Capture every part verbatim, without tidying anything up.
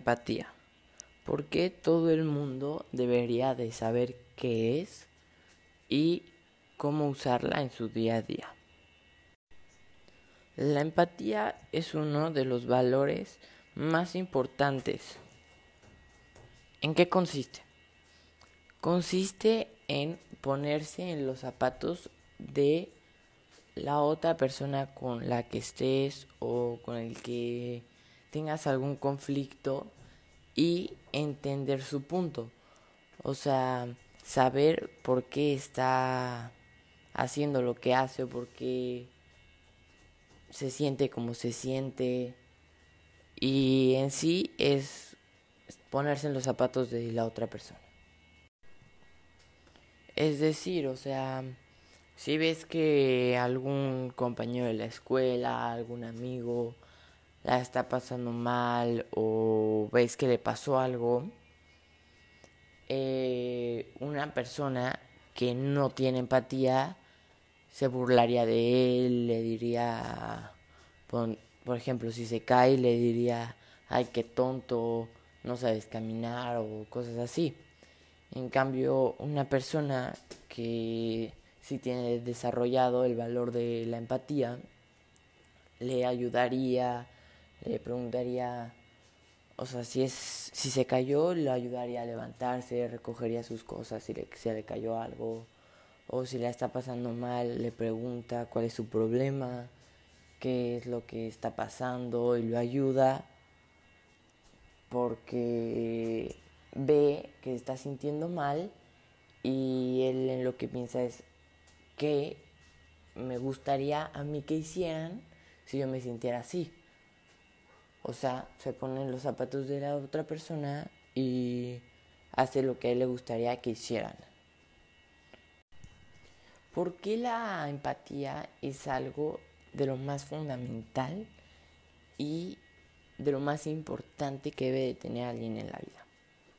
empatía? ¿Por qué todo el mundo debería de saber qué es y cómo usarla en su día a día? La empatía es uno de los valores más importantes. ¿En qué consiste? Consiste en ponerse en los zapatos de la otra persona con la que estés o con el que tengas algún conflicto y entender su punto. O sea, saber por qué está haciendo lo que hace o por qué se siente como se siente. Y en sí es ponerse en los zapatos de la otra persona. Es decir, o sea, si ves que algún compañero de la escuela, algún amigo la está pasando mal o ves que le pasó algo, eh, una persona que no tiene empatía se burlaría de él, le diría, por, por ejemplo, si se cae, le diría, ay, qué tonto, no sabes caminar o cosas así. En cambio, una persona que sí tiene desarrollado el valor de la empatía, le ayudaría, le preguntaría, o sea, si es si se cayó, le ayudaría a levantarse, recogería sus cosas si le, si le cayó algo, o si la está pasando mal, le pregunta cuál es su problema, qué es lo que está pasando y lo ayuda porque ve que está sintiendo mal y él en lo que piensa es que me gustaría a mí que hicieran si yo me sintiera así. O sea, se pone en los zapatos de la otra persona y hace lo que a él le gustaría que hicieran. ¿Por qué la empatía es algo de lo más fundamental y de lo más importante que debe de tener alguien en la vida?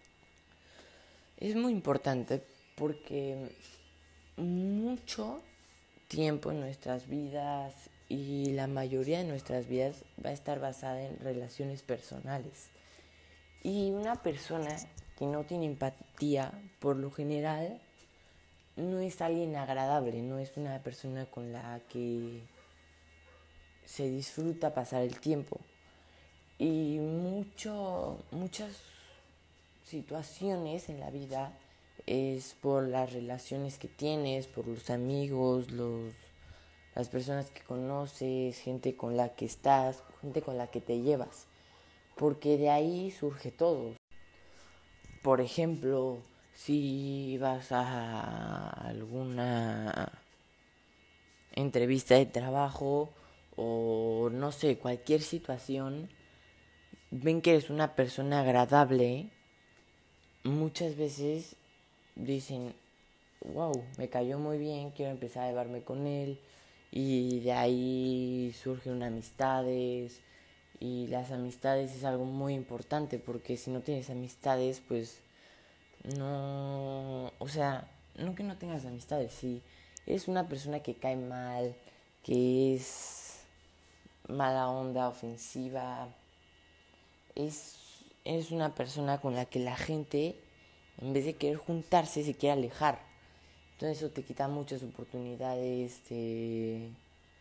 Es muy importante porque mucho tiempo en nuestras vidas y la mayoría de nuestras vidas va a estar basada en relaciones personales. Y una persona que no tiene empatía, por lo general, no es alguien agradable, no es una persona con la que se disfruta pasar el tiempo. Y mucho, muchas situaciones en la vida es por las relaciones que tienes, por los amigos, los, las personas que conoces, gente con la que estás, gente con la que te llevas. Porque de ahí surge todo. Por ejemplo, si vas a alguna entrevista de trabajo o no sé, cualquier situación, ven que eres una persona agradable, muchas veces dicen, wow, me cayó muy bien, quiero empezar a llevarme con él. Y de ahí surgen amistades. Y las amistades es algo muy importante porque si no tienes amistades, pues no, o sea, no que no tengas amistades, si eres una persona que cae mal, que es mala onda, ofensiva, es, es una persona con la que la gente, en vez de querer juntarse, se quiere alejar. Entonces eso te quita muchas oportunidades, te,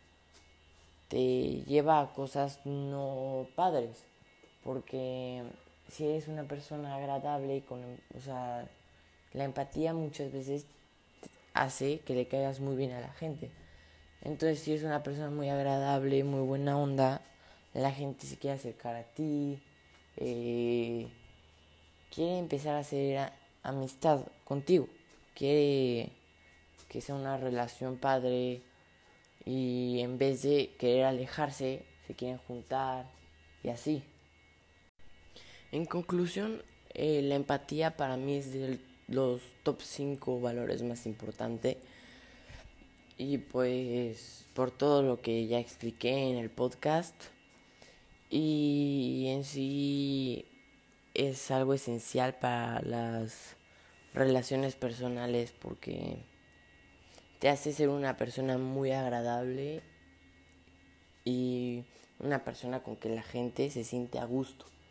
te lleva a cosas no padres, porque si eres una persona agradable y con, o sea, la empatía muchas veces hace que le caigas muy bien a la gente. Entonces, si eres una persona muy agradable, muy buena onda, la gente se quiere acercar a ti, eh, quiere empezar a hacer amistad contigo, quiere que sea una relación padre y en vez de querer alejarse, se quieren juntar y así. En conclusión, eh, la empatía para mí es de los top cinco valores más importantes. Y pues por todo lo que ya expliqué en el podcast. Y en sí es algo esencial para las relaciones personales porque te hace ser una persona muy agradable y una persona con que la gente se siente a gusto.